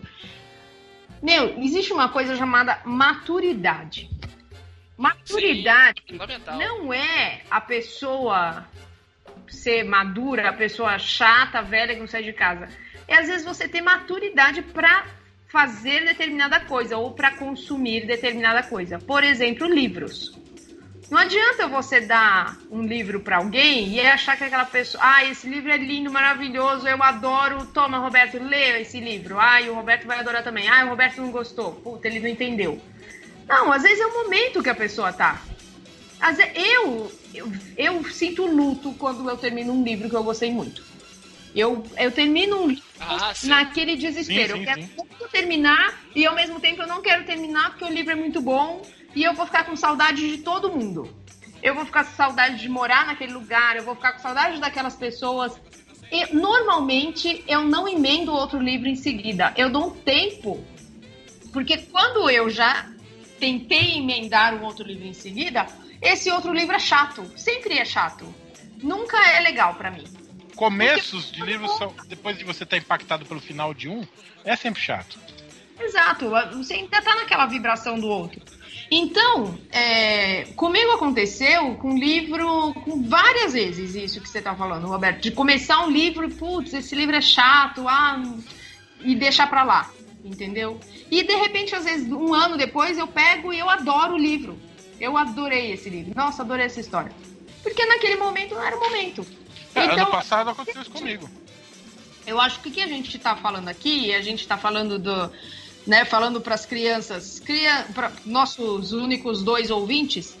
Existe uma coisa chamada maturidade. Maturidade não é a pessoa ser madura, a pessoa chata, velha, que não sai de casa. É às vezes você ter maturidade para fazer determinada coisa ou para consumir determinada coisa. Por exemplo, livros. Não adianta você dar um livro para alguém e achar que aquela pessoa... esse livro é lindo, maravilhoso, eu adoro. Toma, Roberto, lê esse livro. O Roberto vai adorar também. O Roberto não gostou. Puta, ele não entendeu. Não, às vezes é o momento que a pessoa tá. Às vezes, eu sinto luto quando eu termino um livro que eu gostei muito. Eu termino um livro naquele desespero. Eu quero muito terminar e, ao mesmo tempo, eu não quero terminar porque o livro é muito bom e eu vou ficar com saudade de todo mundo. Eu vou ficar com saudade de morar naquele lugar, eu vou ficar com saudade daquelas pessoas. E, normalmente, eu não emendo outro livro em seguida. Eu dou um tempo, porque quando eu já tentei emendar um outro livro em seguida, esse outro livro é chato. Sempre é chato. Nunca é legal pra mim. Começos de livros, depois de você estar impactado pelo final de um, é sempre chato. Exato, você ainda tá naquela vibração do outro. Então, comigo aconteceu com livro, com várias vezes isso que você tá falando, Roberto, de começar um livro e, putz, esse livro é chato, e deixar pra lá, entendeu? E, de repente, às vezes, um ano depois, eu pego e eu adoro o livro. Eu adorei esse livro. Nossa, adorei essa história. Porque naquele momento não era o momento. Então, ano passado aconteceu isso comigo. Eu acho que o que a gente está falando aqui, a gente está falando falando para as crianças, para nossos únicos 2 ouvintes,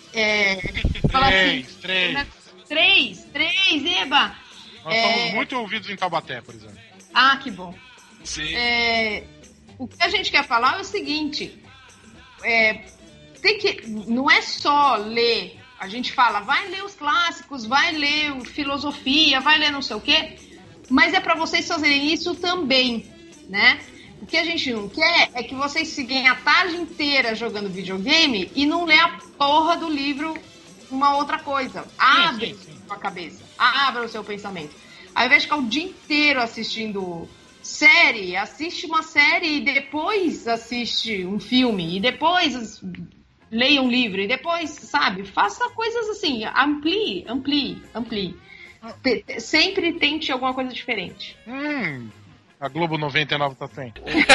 três, eba! Nós somos muito ouvidos em Taubaté, por exemplo. Que bom. Sim. O que a gente quer falar é o seguinte, não é só ler. A gente fala, vai ler os clássicos, vai ler filosofia, vai ler não sei o quê, mas é para vocês fazerem isso também, né? O que a gente não quer é que vocês fiquem a tarde inteira jogando videogame e não lê a porra do livro uma outra coisa. Abre a cabeça, abra o seu pensamento. Ao invés de ficar o dia inteiro assistindo série, assiste uma série e depois assiste um filme, e depois... leia um livro e depois, sabe, faça coisas assim, amplie. Sempre tente alguma coisa diferente. A Globo 99 tá sem.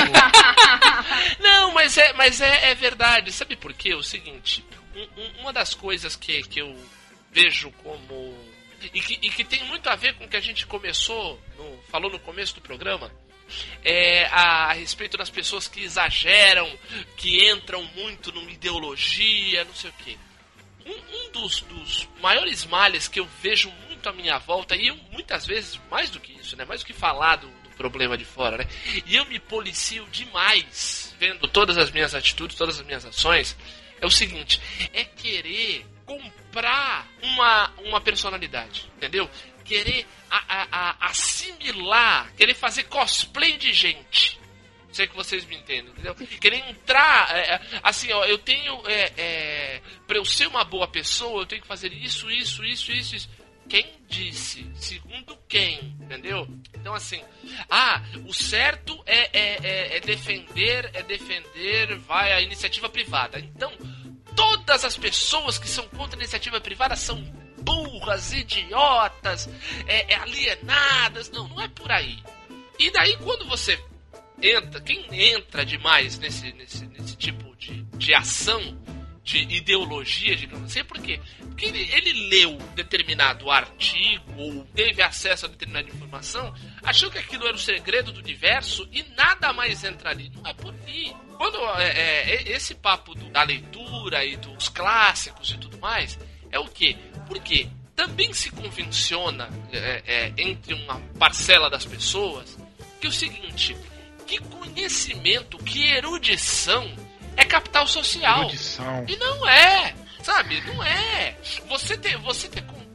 Não, mas é verdade. Sabe por quê? O seguinte, uma das coisas que eu vejo como... E que tem muito a ver com o que a gente falou no começo do programa, a respeito das pessoas que exageram, que entram muito numa ideologia, não sei o quê. Um dos maiores males que eu vejo muito à minha volta, e eu muitas vezes, mais do que isso, né, mais do que falar do problema de fora, né, e eu me policio demais vendo todas as minhas atitudes, todas as minhas ações, é o seguinte, é querer comprar uma personalidade, entendeu? Querer assimilar, querer fazer cosplay de gente. Sei que vocês me entendem, entendeu? Querer entrar, assim, ó, eu tenho, pra eu ser uma boa pessoa, eu tenho que fazer isso. Quem disse? Segundo quem? Entendeu? Então, assim, o certo é defender, vai a iniciativa privada. Então, todas as pessoas que são contra a iniciativa privada são burras, idiotas, alienadas. Não é por aí. E daí quando você quem entra demais nesse tipo de ação, de ideologia, digamos assim, por quê? Porque ele leu determinado artigo ou teve acesso a determinada informação, achou que aquilo era o segredo do universo e nada mais entra ali. Não é por aí. Quando esse papo da leitura e dos clássicos e tudo mais, é o quê? Porque também se convenciona entre uma parcela das pessoas que o seguinte, que conhecimento, que erudição é capital social. Erudição. E não é, sabe? Não é. Você ter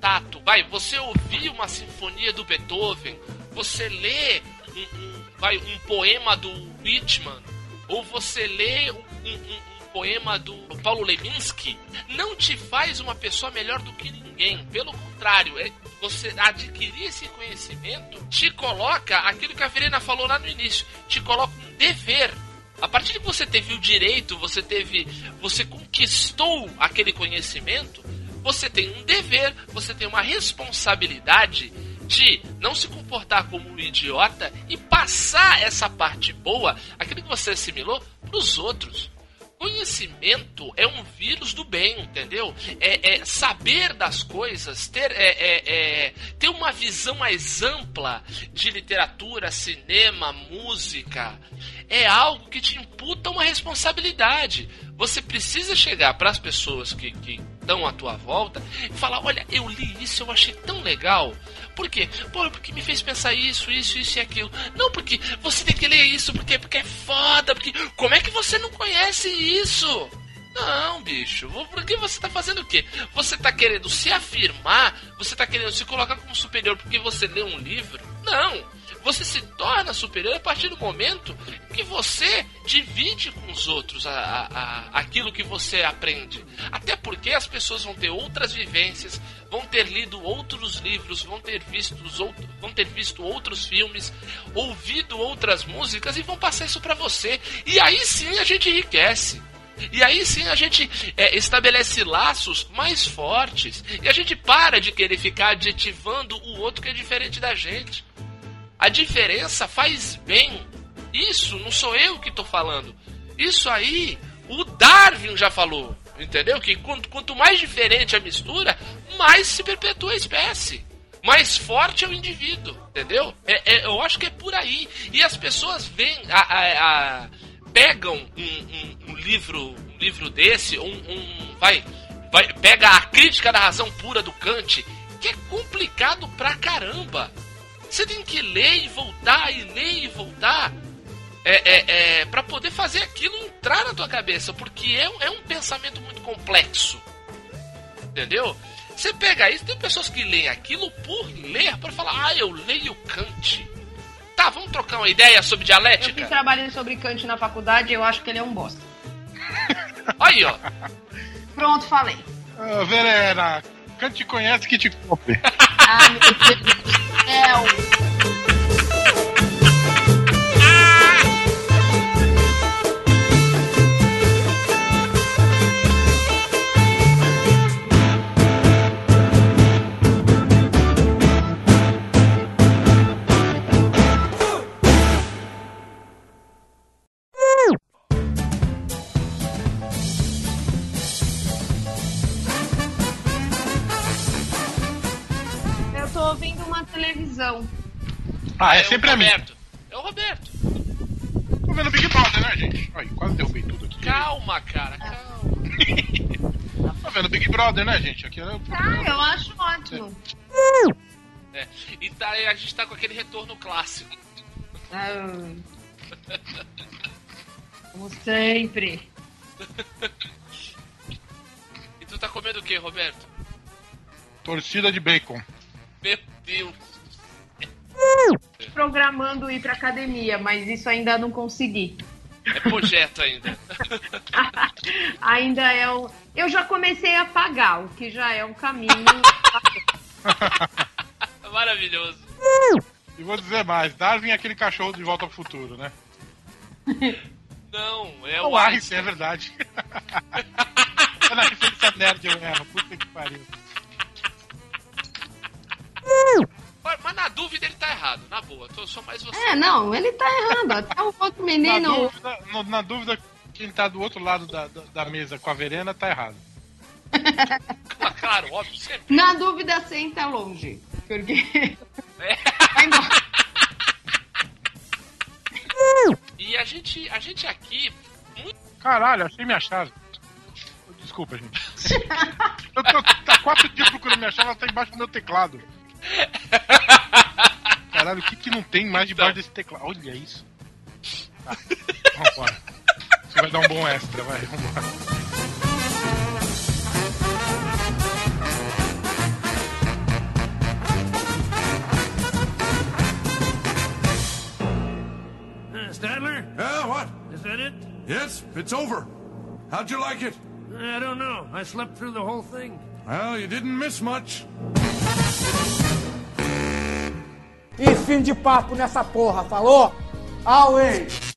contato. Você ouvir uma sinfonia do Beethoven, você lê um poema do Whitman, ou você lê um poema do Paulo Leminski, não te faz uma pessoa melhor do que ninguém. Pelo contrário, você adquirir esse conhecimento te coloca, aquilo que a Verena falou lá no início, te coloca um dever. A partir de que você teve o direito, você conquistou aquele conhecimento, você tem um dever, você tem uma responsabilidade de não se comportar como um idiota e passar essa parte boa, aquilo que você assimilou, para os outros. Conhecimento é um vírus do bem, entendeu? É saber das coisas, ter uma visão mais ampla de literatura, cinema, música. É algo que te imputa uma responsabilidade. Você precisa chegar para as pessoas que estão à tua volta e falar: olha, eu li isso, eu achei tão legal. Por quê? Porque me fez pensar isso e aquilo. Não, porque você tem que ler isso, porque é foda, porque como é que você não conhece isso? Não, bicho, porque você tá fazendo o quê? Você tá querendo se afirmar, você tá querendo se colocar como superior porque você leu um livro? Não! Você se torna superior a partir do momento que você divide com os outros aquilo que você aprende. Até porque as pessoas vão ter outras vivências, vão ter lido outros livros, vão ter visto outros filmes, ouvido outras músicas e vão passar isso pra você. E aí sim a gente enriquece. E aí sim a gente estabelece laços mais fortes. E a gente para de querer ficar adjetivando o outro que é diferente da gente. A diferença faz bem. Isso não sou eu que estou falando. Isso aí o Darwin já falou. Entendeu? Que quanto mais diferente a mistura, mais se perpetua a espécie. Mais forte é o indivíduo. Entendeu? Eu acho que é por aí. E as pessoas veem... pegam um livro desse, pega a crítica da razão pura do Kant, que é complicado pra caramba. Você tem que ler e voltar, pra poder fazer aquilo entrar na tua cabeça, porque é um pensamento muito complexo. Entendeu? Você pega isso, tem pessoas que leem aquilo por ler, para falar: eu leio Kant. Tá, vamos trocar uma ideia sobre dialética? Eu fiz trabalho sobre Kant na faculdade e eu acho que ele é um bosta. Aí, ó. Pronto, falei. Verena, Kant te conhece que te compre. Ah, meu Deus do céu. Televisão. É sempre a mim. É o Roberto. Tô vendo Big Brother, né, gente? Ai, quase derrubei tudo aqui. Calma, cara, calma. Tô vendo Big Brother, né, gente? Aqui eu acho ótimo. E a gente tá com aquele retorno clássico. Como sempre. E tu tá comendo o que, Roberto? Torcida de bacon. Meu Deus. Programando ir pra academia, mas isso ainda não consegui. É projeto ainda. Ainda é um... Eu já comecei a pagar, o que já é um caminho. Maravilhoso. E vou dizer mais, Darwin é aquele cachorro de Volta ao Futuro, né? Não, é o Einstein. É verdade. É na referência nerd eu erro, puta que pariu. Mas na dúvida ele tá errado, na boa, só mais você. Não, ele tá errado. Até o outro menino. Na dúvida, quem tá do outro lado da mesa com a Verena tá errado. Claro, óbvio, sempre. Na dúvida, senta longe. Porque. Vai embora. E a gente aqui. Caralho, achei minha chave. Desculpa, gente. Eu tô há 4 dias procurando minha chave, ela tá embaixo do meu teclado. Caralho, o que não tem mais debaixo desse teclado? Olha isso. Tá, vambora. Você vai dar um bom extra, vai, vambora. Bennett? Yes, it's over. How'd you like it? I don't know. I slept through the whole thing. Well, you didn't miss much. E fim de papo nessa porra, falou? Away!